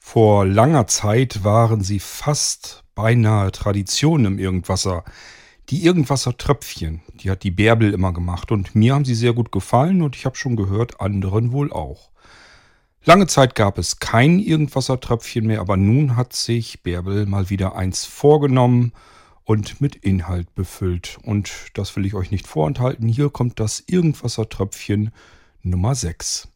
Vor langer Zeit waren sie fast beinahe Tradition im Irgendwasser. Die Irgendwassertröpfchen, die hat die Bärbel immer gemacht und mir haben sie sehr gut gefallen und ich habe schon gehört, anderen wohl auch. Lange Zeit gab es kein Irgendwassertröpfchen mehr, aber nun hat sich Bärbel mal wieder eins vorgenommen und mit Inhalt befüllt. Und das will ich euch nicht vorenthalten. Hier kommt das Irgendwassertröpfchen Nummer 6.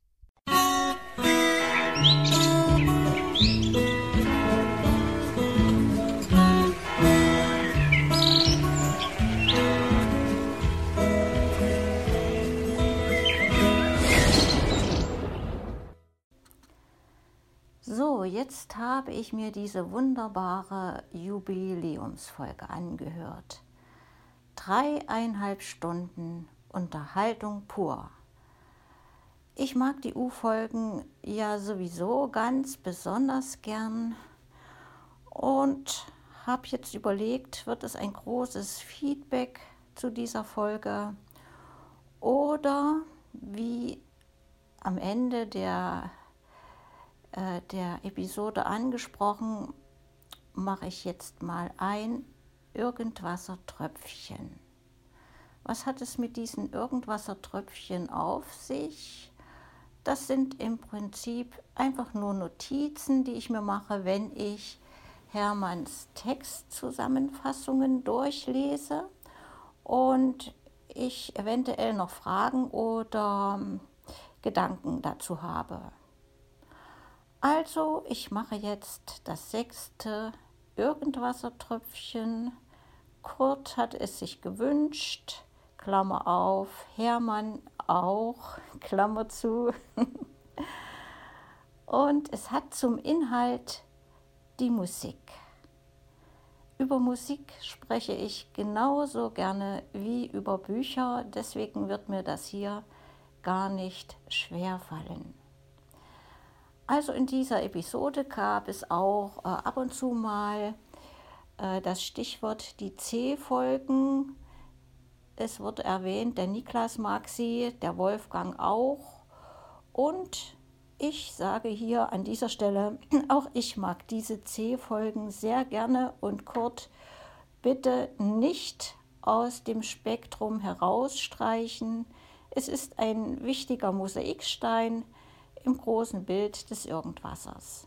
So, jetzt habe ich mir diese wunderbare Jubiläumsfolge angehört. 3,5 Stunden Unterhaltung pur. Ich mag die U-Folgen ja sowieso ganz besonders gern und habe jetzt überlegt, wird es ein großes Feedback zu dieser Folge oder wie am Ende der Episode angesprochen, mache ich jetzt mal ein Irgendwassertröpfchen. Was hat es mit diesen Irgendwassertröpfchen auf sich? Das sind im Prinzip einfach nur Notizen, die ich mir mache, wenn ich Hermanns Textzusammenfassungen durchlese und ich eventuell noch Fragen oder Gedanken dazu habe. Also, ich mache jetzt das 6. Irgendwassertröpfchen. Kurt hat es sich gewünscht, Klammer auf, Hermann auch, Klammer zu. Und es hat zum Inhalt die Musik. Über Musik spreche ich genauso gerne wie über Bücher, deswegen wird mir das hier gar nicht schwer fallen. Also in dieser Episode gab es auch ab und zu mal das Stichwort die C-Folgen. Es wurde erwähnt, der Niklas mag sie, der Wolfgang auch. Und ich sage hier an dieser Stelle, auch ich mag diese C-Folgen sehr gerne. Und Kurt, bitte nicht aus dem Spektrum herausstreichen. Es ist ein wichtiger Mosaikstein im großen Bild des Irgendwassers.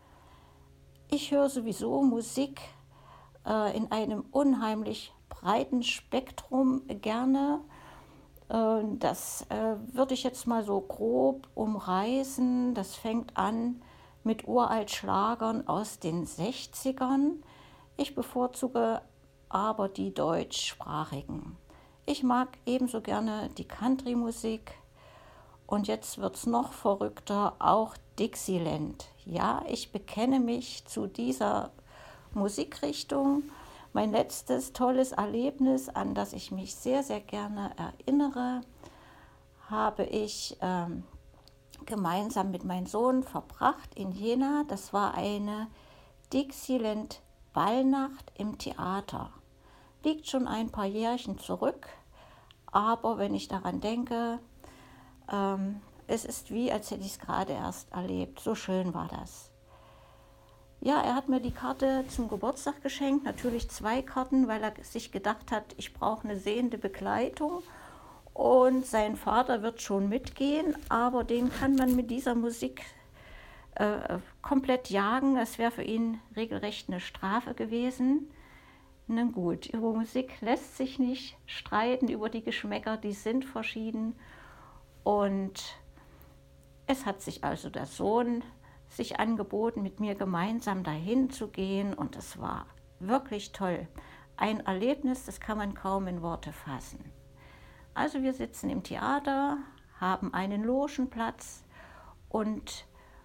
Ich höre sowieso Musik in einem unheimlich breiten Spektrum gerne. Das würde ich jetzt mal so grob umreißen. Das fängt an mit Uralt-Schlagern aus den 60ern. Ich bevorzuge aber die deutschsprachigen. Ich mag ebenso gerne die Country-Musik. Und jetzt wird es noch verrückter, auch Dixieland. Ja, ich bekenne mich zu dieser Musikrichtung. Mein letztes tolles Erlebnis, an das ich mich sehr, sehr gerne erinnere, habe ich gemeinsam mit meinem Sohn verbracht in Jena. Das war eine Dixieland-Ballnacht im Theater. Liegt schon ein paar Jährchen zurück, aber wenn ich daran denke, es ist wie, als hätte ich es gerade erst erlebt. So schön war das. Ja, er hat mir die Karte zum Geburtstag geschenkt. Natürlich 2 Karten, weil er sich gedacht hat, ich brauche eine sehende Begleitung. Und sein Vater wird schon mitgehen, aber den kann man mit dieser Musik komplett jagen. Das wäre für ihn regelrecht eine Strafe gewesen. Nun gut, über Musik lässt sich nicht streiten, über die Geschmäcker, die sind verschieden. Und es hat sich also der Sohn sich angeboten, mit mir gemeinsam dahin zu gehen. Und es war wirklich toll. Ein Erlebnis, das kann man kaum in Worte fassen. Also wir sitzen im Theater, haben einen Logenplatz und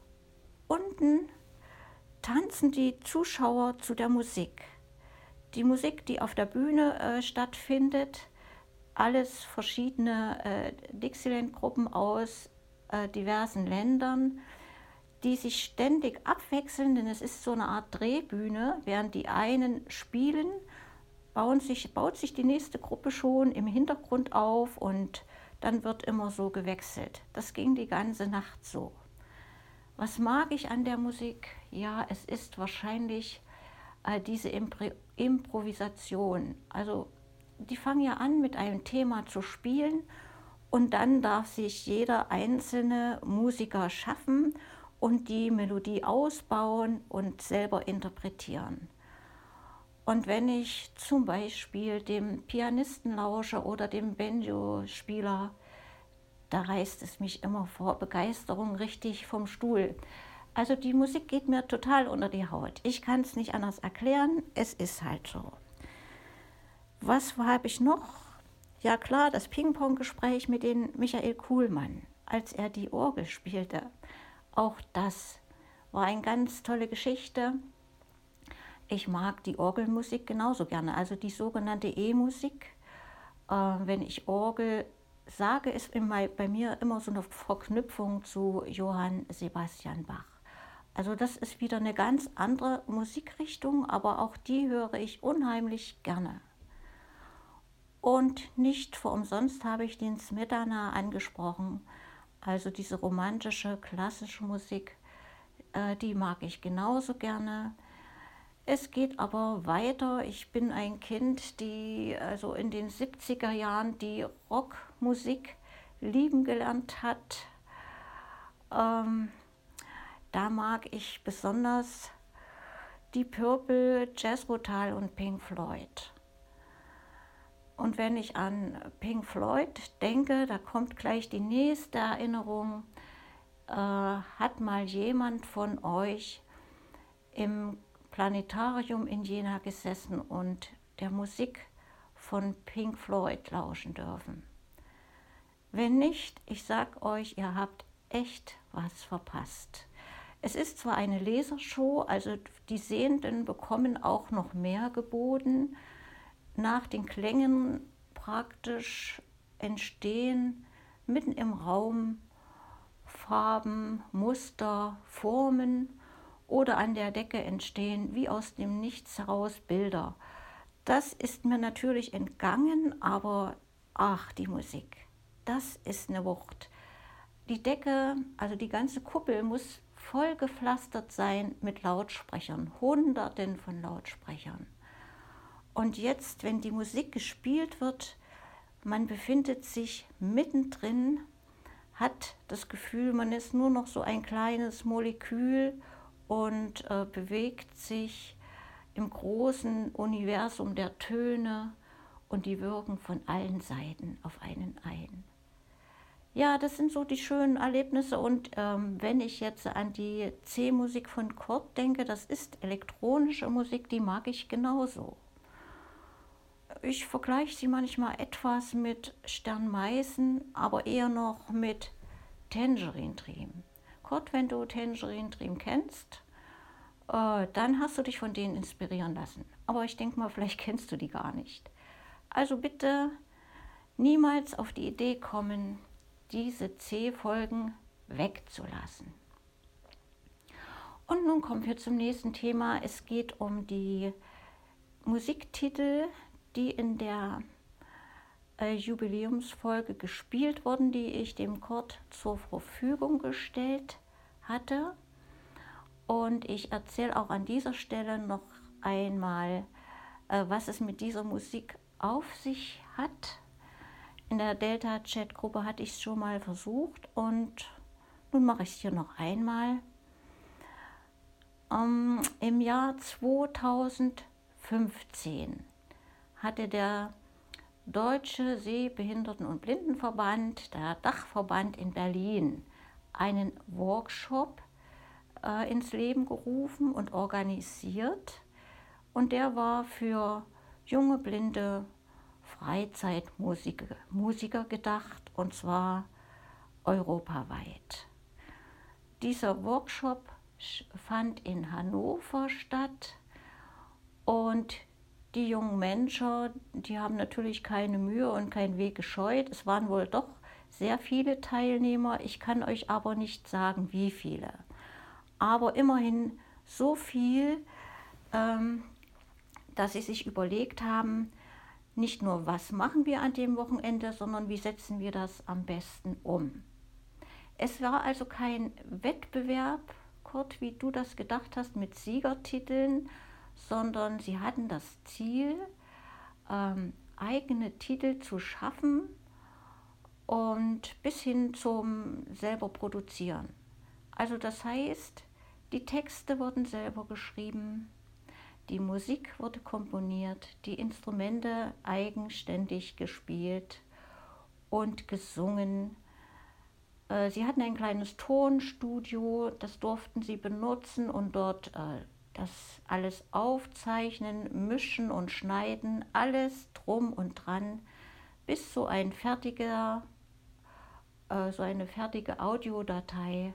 unten tanzen die Zuschauer zu der Musik. Die Musik, die auf der Bühne stattfindet, alles verschiedene Dixieland-Gruppen aus diversen Ländern, die sich ständig abwechseln, denn es ist so eine Art Drehbühne. Während die einen spielen, baut sich die nächste Gruppe schon im Hintergrund auf und dann wird immer so gewechselt. Das ging die ganze Nacht so. Was mag ich an der Musik? Ja, es ist wahrscheinlich diese Improvisation. Also die fangen ja an, mit einem Thema zu spielen und dann darf sich jeder einzelne Musiker schaffen und die Melodie ausbauen und selber interpretieren. Und wenn ich zum Beispiel dem Pianisten lausche oder dem Banjo-Spieler, da reißt es mich immer vor Begeisterung richtig vom Stuhl. Also die Musik geht mir total unter die Haut. Ich kann es nicht anders erklären, es ist halt so. Was habe ich noch? Ja klar, das Ping-Pong-Gespräch mit dem Michael Kuhlmann, als er die Orgel spielte. Auch das war eine ganz tolle Geschichte. Ich mag die Orgelmusik genauso gerne, also die sogenannte E-Musik. Wenn ich Orgel sage, ist bei mir immer so eine Verknüpfung zu Johann Sebastian Bach. Also das ist wieder eine ganz andere Musikrichtung, aber auch die höre ich unheimlich gerne. Und nicht für umsonst habe ich den Smetana angesprochen, also diese romantische, klassische Musik, die mag ich genauso gerne. Es geht aber weiter. Ich bin ein Kind, die also in den 70er Jahren die Rockmusik lieben gelernt hat. Da mag ich besonders die Purple, Jethro Tull und Pink Floyd. Und wenn ich an Pink Floyd denke, da kommt gleich die nächste Erinnerung. Hat mal jemand von euch im Planetarium in Jena gesessen und der Musik von Pink Floyd lauschen dürfen? Wenn nicht, ich sag euch, ihr habt echt was verpasst. Es ist zwar eine Lasershow, also die Sehenden bekommen auch noch mehr geboten. Nach den Klängen praktisch entstehen mitten im Raum Farben, Muster, Formen oder an der Decke entstehen wie aus dem Nichts heraus Bilder. Das ist mir natürlich entgangen, aber ach, die Musik, das ist eine Wucht. Die Decke, also die ganze Kuppel muss voll gepflastert sein mit Lautsprechern, Hunderten von Lautsprechern. Und jetzt, wenn die Musik gespielt wird, man befindet sich mittendrin, hat das Gefühl, man ist nur noch so ein kleines Molekül und bewegt sich im großen Universum der Töne und die wirken von allen Seiten auf einen ein. Ja, das sind so die schönen Erlebnisse und wenn ich jetzt an die C-Musik von Kurt denke, das ist elektronische Musik, die mag ich genauso. Ich vergleiche sie manchmal etwas mit Stern Meißen, aber eher noch mit Tangerine Dream. Kurt, wenn du Tangerine Dream kennst, dann hast du dich von denen inspirieren lassen. Aber ich denke mal, vielleicht kennst du die gar nicht. Also bitte niemals auf die Idee kommen, diese C-Folgen wegzulassen. Und nun kommen wir zum nächsten Thema. Es geht um die Musiktitel, die in der Jubiläumsfolge gespielt wurden, die ich dem Kurt zur Verfügung gestellt hatte. Und ich erzähle auch an dieser Stelle noch einmal, was es mit dieser Musik auf sich hat. In der Delta-Chat-Gruppe hatte ich es schon mal versucht und nun mache ich es hier noch einmal. Im Jahr 2015 hatte der Deutsche Sehbehinderten- und Blindenverband, der Dachverband in Berlin, einen Workshop ins Leben gerufen und organisiert. Und der war für junge blinde Freizeitmusiker gedacht, und zwar europaweit. Dieser Workshop fand in Hannover statt und die jungen Menschen, die haben natürlich keine Mühe und keinen Weg gescheut. Es waren wohl doch sehr viele Teilnehmer. Ich kann euch aber nicht sagen, wie viele. Aber immerhin so viel, dass sie sich überlegt haben, nicht nur was machen wir an dem Wochenende, sondern wie setzen wir das am besten um. Es war also kein Wettbewerb, Kurt, wie du das gedacht hast, mit Siegertiteln, sondern sie hatten das Ziel, eigene Titel zu schaffen und bis hin zum selber produzieren. Also das heißt, die Texte wurden selber geschrieben, die Musik wurde komponiert, die Instrumente eigenständig gespielt und gesungen. Sie hatten ein kleines Tonstudio, das durften sie benutzen und dort das alles aufzeichnen, mischen und schneiden, alles drum und dran, bis so eine fertige Audiodatei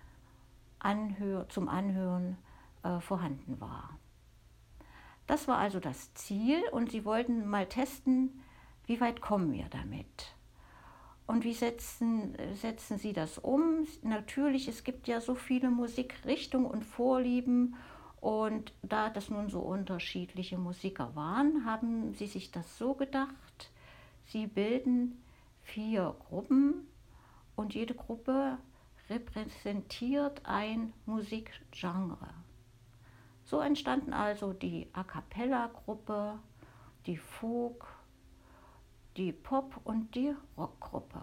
zum Anhören vorhanden war. Das war also das Ziel und sie wollten mal testen, wie weit kommen wir damit. Und wie setzen sie das um? Natürlich, es gibt ja so viele Musikrichtungen und Vorlieben. Und da das nun so unterschiedliche Musiker waren, haben sie sich das so gedacht, sie bilden 4 Gruppen und jede Gruppe repräsentiert ein Musikgenre. So entstanden also die A-cappella-Gruppe, die Folk, die Pop- und die Rockgruppe.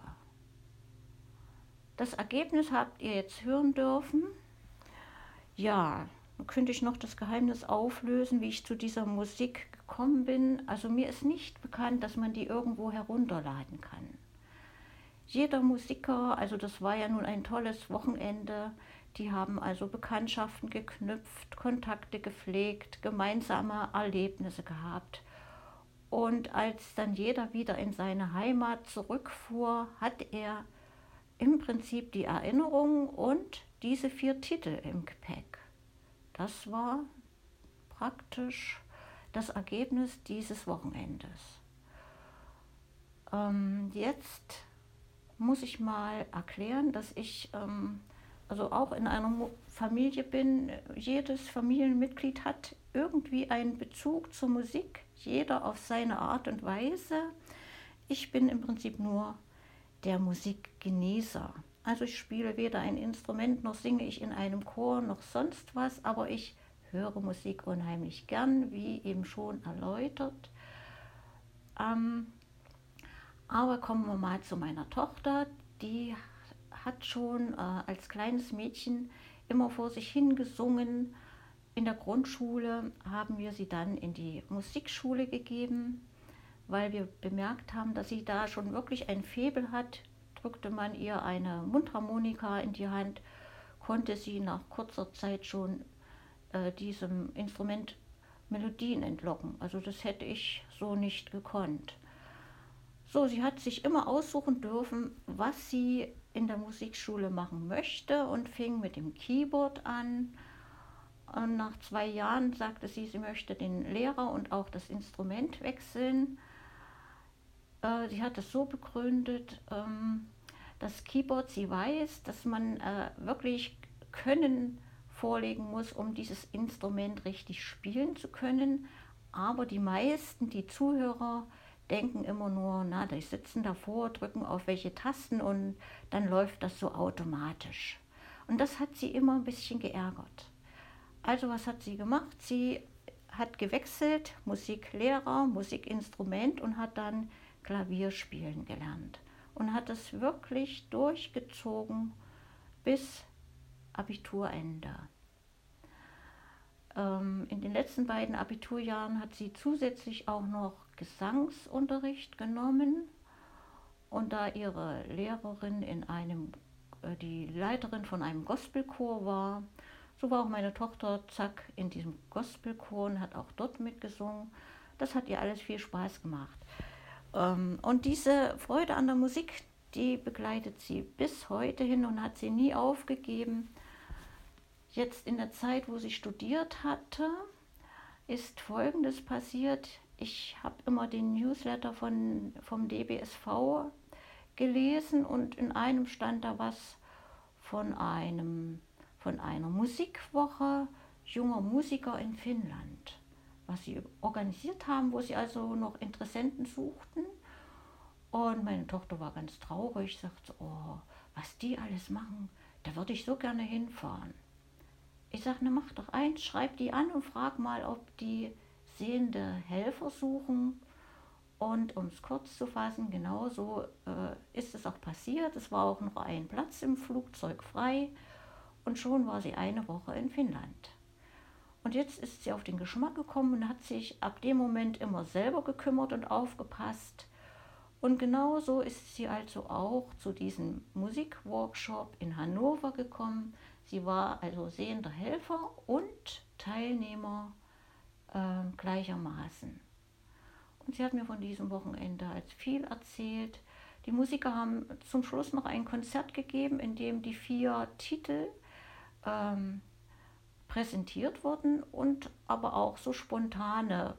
Das Ergebnis habt ihr jetzt hören dürfen. Ja, dann könnte ich noch das Geheimnis auflösen, wie ich zu dieser Musik gekommen bin. Also mir ist nicht bekannt, dass man die irgendwo herunterladen kann. Jeder Musiker, also das war ja nun ein tolles Wochenende, die haben also Bekanntschaften geknüpft, Kontakte gepflegt, gemeinsame Erlebnisse gehabt. Und als dann jeder wieder in seine Heimat zurückfuhr, hat er im Prinzip die Erinnerung und diese 4 Titel im Gepäck. Das war praktisch das Ergebnis dieses Wochenendes. Jetzt muss ich mal erklären, dass ich also auch in einer Familie bin. Jedes Familienmitglied hat irgendwie einen Bezug zur Musik, jeder auf seine Art und Weise. Ich bin im Prinzip nur der Musikgenießer. Also ich spiele weder ein Instrument, noch singe ich in einem Chor, noch sonst was, aber ich höre Musik unheimlich gern, wie eben schon erläutert. Aber kommen wir mal zu meiner Tochter, die hat schon als kleines Mädchen immer vor sich hingesungen. In der Grundschule haben wir sie dann in die Musikschule gegeben, weil wir bemerkt haben, dass sie da schon wirklich ein Faible hat. Drückte man ihr eine Mundharmonika in die Hand, konnte sie nach kurzer Zeit schon diesem Instrument Melodien entlocken. Also das hätte ich so nicht gekonnt. So, sie hat sich immer aussuchen dürfen, was sie in der Musikschule machen möchte und fing mit dem Keyboard an. Und nach 2 Jahren sagte sie, sie möchte den Lehrer und auch das Instrument wechseln. Sie hat es so begründet, das Keyboard, sie weiß, dass man wirklich Können vorlegen muss, um dieses Instrument richtig spielen zu können. Aber die meisten, die Zuhörer, denken immer nur, na, die sitzen davor, drücken auf welche Tasten und dann läuft das so automatisch. Und das hat sie immer ein bisschen geärgert. Also was hat sie gemacht? Sie hat gewechselt, Musiklehrer, Musikinstrument und hat dann Klavier spielen gelernt. Und hat es wirklich durchgezogen bis Abiturende. In den letzten beiden Abiturjahren hat sie zusätzlich auch noch Gesangsunterricht genommen und da ihre Lehrerin die Leiterin von einem Gospelchor war, so war auch meine Tochter zack in diesem Gospelchor und hat auch dort mitgesungen. Das hat ihr alles viel Spaß gemacht. Und diese Freude an der Musik, die begleitet sie bis heute hin und hat sie nie aufgegeben. Jetzt in der Zeit, wo sie studiert hatte, ist Folgendes passiert. Ich habe immer den Newsletter vom DBSV gelesen und in einem stand da was von einer Musikwoche junger Musiker in Finnland, was sie organisiert haben, wo sie also noch Interessenten suchten. Und meine Tochter war ganz traurig, sagte, oh, was die alles machen, da würde ich so gerne hinfahren. Ich sage, na mach doch eins, schreib die an und frag mal, ob die sehende Helfer suchen. Und um es kurz zu fassen, genauso ist es auch passiert. Es war auch noch ein Platz im Flugzeug frei und schon war sie eine Woche in Finnland. Und jetzt ist sie auf den Geschmack gekommen und hat sich ab dem Moment immer selber gekümmert und aufgepasst. Und genauso ist sie also auch zu diesem Musikworkshop in Hannover gekommen. Sie war also sehender Helfer und Teilnehmer gleichermaßen. Und sie hat mir von diesem Wochenende als viel erzählt. Die Musiker haben zum Schluss noch ein Konzert gegeben, in dem die 4 Titel präsentiert wurden und aber auch so spontane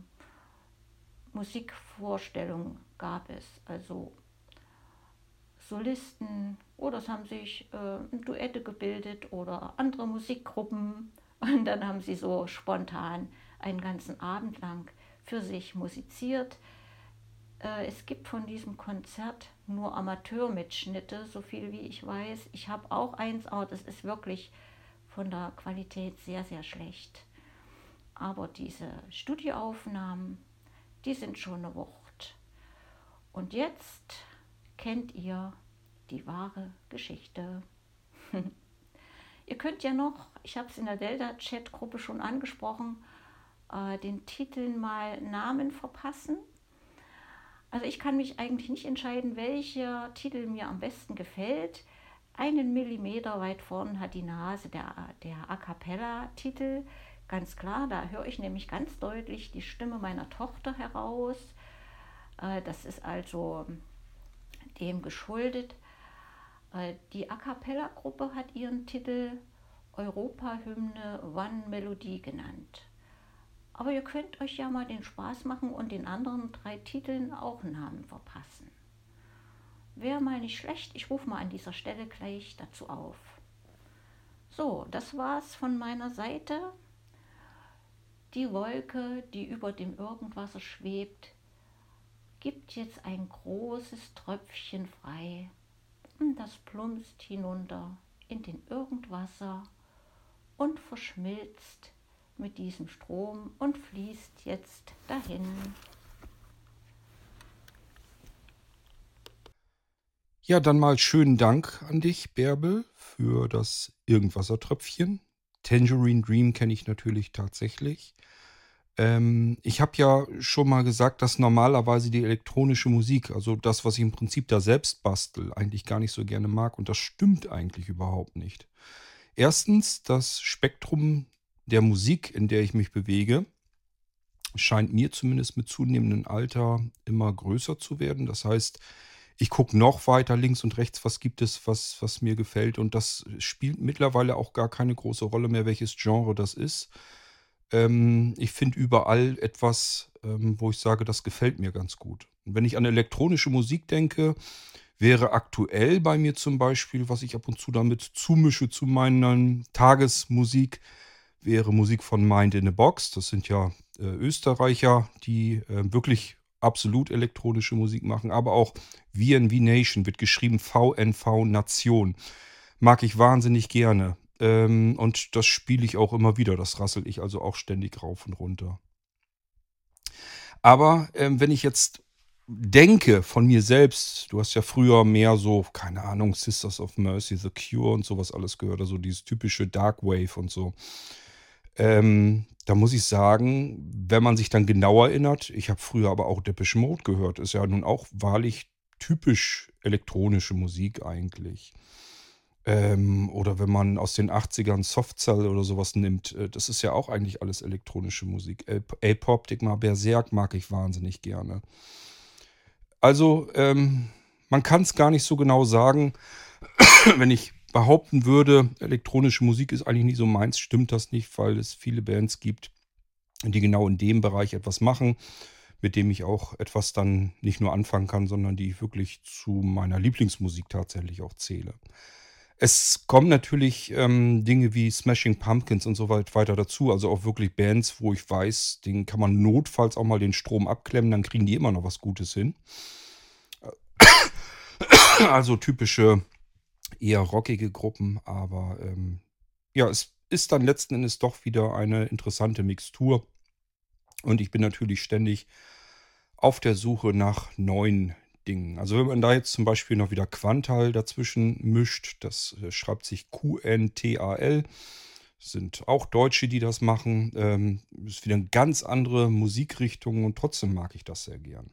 Musikvorstellungen gab es. Also Solisten oder es haben sich Duette gebildet oder andere Musikgruppen und dann haben sie so spontan einen ganzen Abend lang für sich musiziert. Es gibt von diesem Konzert nur Amateurmitschnitte, so viel wie ich weiß. Ich habe auch eins, aber das ist wirklich von der Qualität sehr, sehr schlecht. Aber diese Studioaufnahmen, die sind schon eine Wucht. Und jetzt kennt ihr die wahre Geschichte. Ihr könnt ja noch, ich habe es in der Delta-Chat-Gruppe schon angesprochen, den Titeln mal Namen verpassen. Also ich kann mich eigentlich nicht entscheiden, welcher Titel mir am besten gefällt. Einen Millimeter weit vorn hat die Nase der A Cappella-Titel. Ganz klar, da höre ich nämlich ganz deutlich die Stimme meiner Tochter heraus. Das ist also dem geschuldet. Die A Cappella-Gruppe hat ihren Titel Europa-Hymne One Melodie genannt. Aber ihr könnt euch ja mal den Spaß machen und den anderen 3 Titeln auch Namen verpassen. Wäre mal nicht schlecht, ich rufe mal an dieser Stelle gleich dazu auf. So, das war's von meiner Seite. Die Wolke, die über dem Irgendwasser schwebt, gibt jetzt ein großes Tröpfchen frei und das plumpst hinunter in den Irgendwasser und verschmilzt mit diesem Strom und fließt jetzt dahin. Ja, dann mal schönen Dank an dich, Bärbel, für das Irgendwassertröpfchen. Tangerine Dream kenne ich natürlich tatsächlich. Ich habe ja schon mal gesagt, dass normalerweise die elektronische Musik, also das, was ich im Prinzip da selbst bastel, eigentlich gar nicht so gerne mag. Und das stimmt eigentlich überhaupt nicht. Erstens, das Spektrum der Musik, in der ich mich bewege, scheint mir zumindest mit zunehmendem Alter immer größer zu werden. Das heißt, ich gucke noch weiter links und rechts, was gibt es, was mir gefällt. Und das spielt mittlerweile auch gar keine große Rolle mehr, welches Genre das ist. Ich finde überall etwas, wo ich sage, das gefällt mir ganz gut. Und wenn ich an elektronische Musik denke, wäre aktuell bei mir zum Beispiel, was ich ab und zu damit zumische zu meiner Tagesmusik, wäre Musik von Mind in a Box. Das sind ja Österreicher, die wirklich absolut elektronische Musik machen, aber auch VNV Nation, wird geschrieben VNV Nation. Mag ich wahnsinnig gerne. Und das spiele ich auch immer wieder. Das rassel ich also auch ständig rauf und runter. Aber wenn ich jetzt denke von mir selbst, du hast ja früher mehr so, keine Ahnung, Sisters of Mercy, The Cure und sowas alles gehört, also dieses typische Dark Wave und so. Da muss ich sagen, wenn man sich dann genauer erinnert, ich habe früher aber auch Depeche Mode gehört, ist ja nun auch wahrlich typisch elektronische Musik eigentlich. Oder wenn man aus den 80ern Soft Cell oder sowas nimmt, das ist ja auch eigentlich alles elektronische Musik. Apoptic Berserk mag ich wahnsinnig gerne. Also, man kann es gar nicht so genau sagen. Wenn ich behaupten würde, elektronische Musik ist eigentlich nicht so meins, stimmt das nicht, weil es viele Bands gibt, die genau in dem Bereich etwas machen, mit dem ich auch etwas dann nicht nur anfangen kann, sondern die ich wirklich zu meiner Lieblingsmusik tatsächlich auch zähle. Es kommen natürlich Dinge wie Smashing Pumpkins und so weiter dazu, also auch wirklich Bands, wo ich weiß, denen kann man notfalls auch mal den Strom abklemmen, dann kriegen die immer noch was Gutes hin. Also typische eher rockige Gruppen, aber ja, es ist dann letzten Endes doch wieder eine interessante Mixtur und ich bin natürlich ständig auf der Suche nach neuen Dingen. Also wenn man da jetzt zum Beispiel noch wieder Quantal dazwischen mischt, das schreibt sich QNTAL, sind auch Deutsche, die das machen, ist wieder eine ganz andere Musikrichtung und trotzdem mag ich das sehr gern.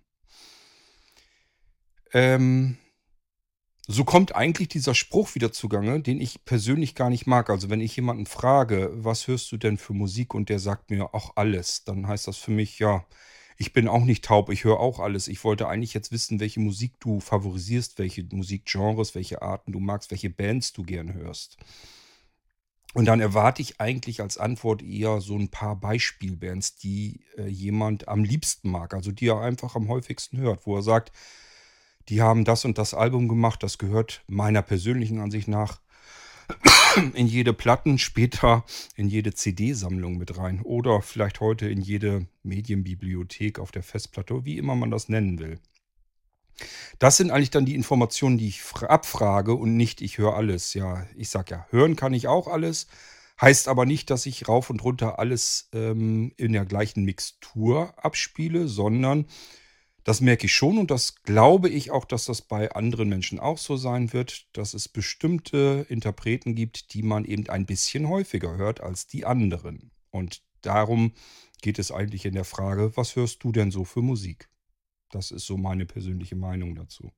Ähm, So kommt eigentlich dieser Spruch wieder zugange, den ich persönlich gar nicht mag. Also wenn ich jemanden frage, was hörst du denn für Musik und der sagt mir auch alles, dann heißt das für mich, ja, ich bin auch nicht taub, ich höre auch alles. Ich wollte eigentlich jetzt wissen, welche Musik du favorisierst, welche Musikgenres, welche Arten du magst, welche Bands du gern hörst. Und dann erwarte ich eigentlich als Antwort eher so ein paar Beispielbands, die jemand am liebsten mag, also die er einfach am häufigsten hört, wo er sagt, die haben das und das Album gemacht, das gehört meiner persönlichen Ansicht nach in jede Platten, später in jede CD-Sammlung mit rein oder vielleicht heute in jede Medienbibliothek auf der Festplatte, wie immer man das nennen will. Das sind eigentlich dann die Informationen, die ich abfrage und nicht, ich höre alles. Ja, ich sag ja, hören kann ich auch alles, heißt aber nicht, dass ich rauf und runter alles in der gleichen Mixtur abspiele, sondern das merke ich schon und das glaube ich auch, dass das bei anderen Menschen auch so sein wird, dass es bestimmte Interpreten gibt, die man eben ein bisschen häufiger hört als die anderen. Und darum geht es eigentlich in der Frage, was hörst du denn so für Musik? Das ist so meine persönliche Meinung dazu.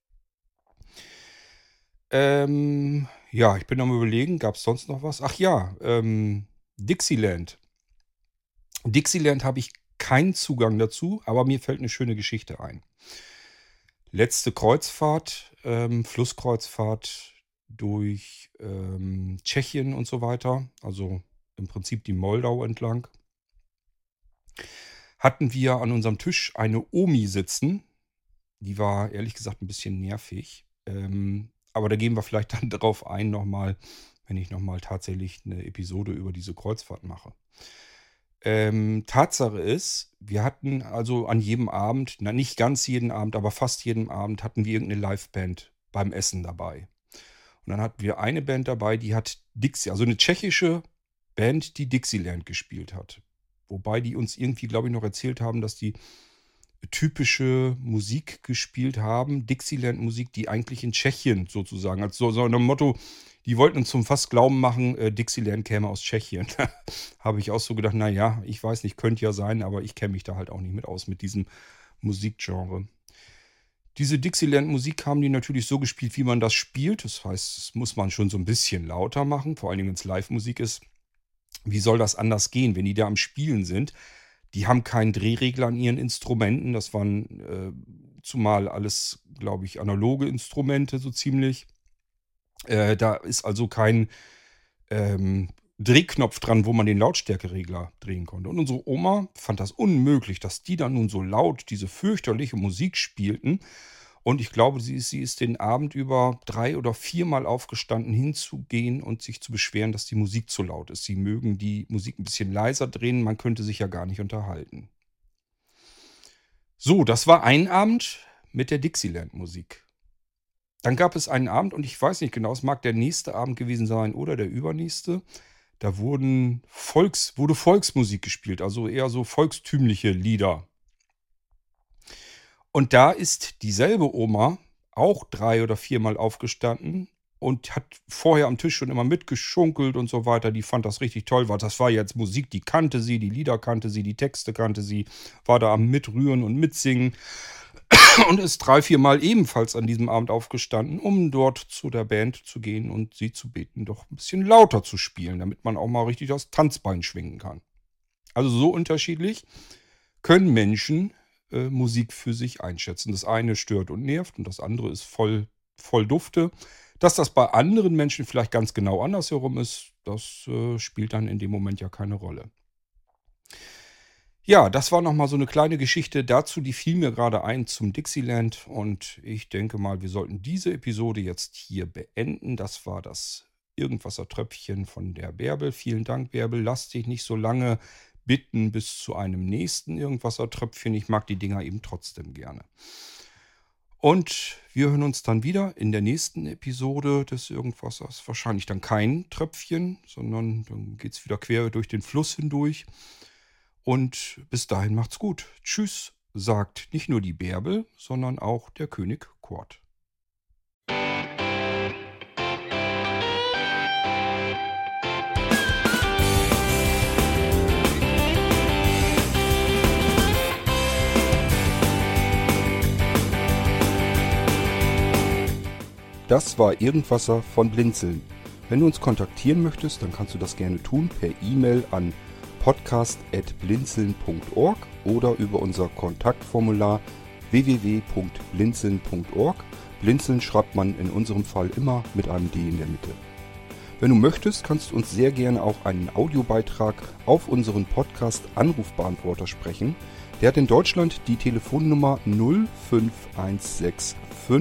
Ja, ich bin am Überlegen, gab es sonst noch was? Ach ja, Dixieland. Dixieland habe ich keinen Zugang dazu, aber mir fällt eine schöne Geschichte ein. Letzte Kreuzfahrt, Flusskreuzfahrt durch Tschechien und so weiter, also im Prinzip die Moldau entlang, hatten wir an unserem Tisch eine Omi sitzen. Die war ehrlich gesagt ein bisschen nervig. Aber da gehen wir vielleicht dann drauf ein nochmal, wenn ich nochmal tatsächlich eine Episode über diese Kreuzfahrt mache. Tatsache ist, wir hatten also an jedem Abend, na nicht ganz jeden Abend, aber fast jeden Abend hatten wir irgendeine Liveband beim Essen dabei. Und dann hatten wir eine Band dabei, die hat Dixie, also eine tschechische Band, die Dixieland gespielt hat. Wobei die uns irgendwie, glaube ich, noch erzählt haben, dass die typische Musik gespielt haben, Dixieland-Musik, die eigentlich in Tschechien sozusagen, also so ein Motto, die wollten uns zum fast Glauben machen, Dixieland käme aus Tschechien. Habe ich auch so gedacht, naja, ich weiß nicht, könnte ja sein, aber ich kenne mich da halt auch nicht mit aus mit diesem Musikgenre. Diese Dixieland-Musik haben die natürlich so gespielt, wie man das spielt. Das heißt, das muss man schon so ein bisschen lauter machen, vor allen Dingen, wenn es Live-Musik ist. Wie soll das anders gehen, wenn die da am Spielen sind? Die haben keinen Drehregler an ihren Instrumenten. Das waren zumal alles, glaube ich, analoge Instrumente so ziemlich. Da ist also kein Drehknopf dran, wo man den Lautstärkeregler drehen konnte. Und unsere Oma fand das unmöglich, dass die dann nun so laut diese fürchterliche Musik spielten. Und ich glaube, sie ist den Abend über 3 oder 4-mal aufgestanden, hinzugehen und sich zu beschweren, dass die Musik zu laut ist. Sie mögen die Musik ein bisschen leiser drehen, man könnte sich ja gar nicht unterhalten. So, das war ein Abend mit der Dixieland-Musik. Dann gab es einen Abend, und ich weiß nicht genau, es mag der nächste Abend gewesen sein oder der übernächste. Da wurde Volksmusik gespielt, also eher so volkstümliche Lieder. Und da ist dieselbe Oma auch 3 oder 4-mal aufgestanden und hat vorher am Tisch schon immer mitgeschunkelt und so weiter. Die fand das richtig toll, weil das war jetzt Musik, die kannte sie, die Lieder kannte sie, die Texte kannte sie, war da am Mitrühren und Mitsingen und ist 3, 4-mal ebenfalls an diesem Abend aufgestanden, um dort zu der Band zu gehen und sie zu beten, doch ein bisschen lauter zu spielen, damit man auch mal richtig das Tanzbein schwingen kann. Also so unterschiedlich können Menschen Musik für sich einschätzen. Das eine stört und nervt und das andere ist voll Dufte. Dass das bei anderen Menschen vielleicht ganz genau andersherum ist, das spielt dann in dem Moment ja keine Rolle. Ja, das war nochmal so eine kleine Geschichte dazu, die fiel mir gerade ein zum Dixieland und ich denke mal, wir sollten diese Episode jetzt hier beenden. Das war das Irgendwasser Tröpfchen von der Bärbel. Vielen Dank, Bärbel. Lass dich nicht so lange bitten bis zu einem nächsten Irgendwasser Tröpfchen. Ich mag die Dinger eben trotzdem gerne. Und wir hören uns dann wieder in der nächsten Episode des Irgendwassers. Wahrscheinlich dann kein Tröpfchen, sondern dann geht es wieder quer durch den Fluss hindurch. Und bis dahin macht's gut. Tschüss, sagt nicht nur die Bärbel, sondern auch der König Kurt. Das war Irgendwasser von Blinzeln. Wenn du uns kontaktieren möchtest, dann kannst du das gerne tun per E-Mail an podcast@blinzeln.org oder über unser Kontaktformular www.blinzeln.org. Blinzeln schreibt man in unserem Fall immer mit einem D in der Mitte. Wenn du möchtest, kannst du uns sehr gerne auch einen Audiobeitrag auf unseren Podcast-Anrufbeantworter sprechen. Der hat in Deutschland die Telefonnummer 05165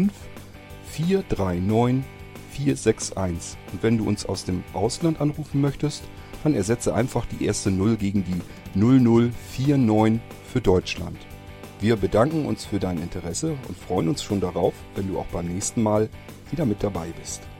439 461. Und wenn du uns aus dem Ausland anrufen möchtest, dann ersetze einfach die erste 0 gegen die 0049 für Deutschland. Wir bedanken uns für dein Interesse und freuen uns schon darauf, wenn du auch beim nächsten Mal wieder mit dabei bist.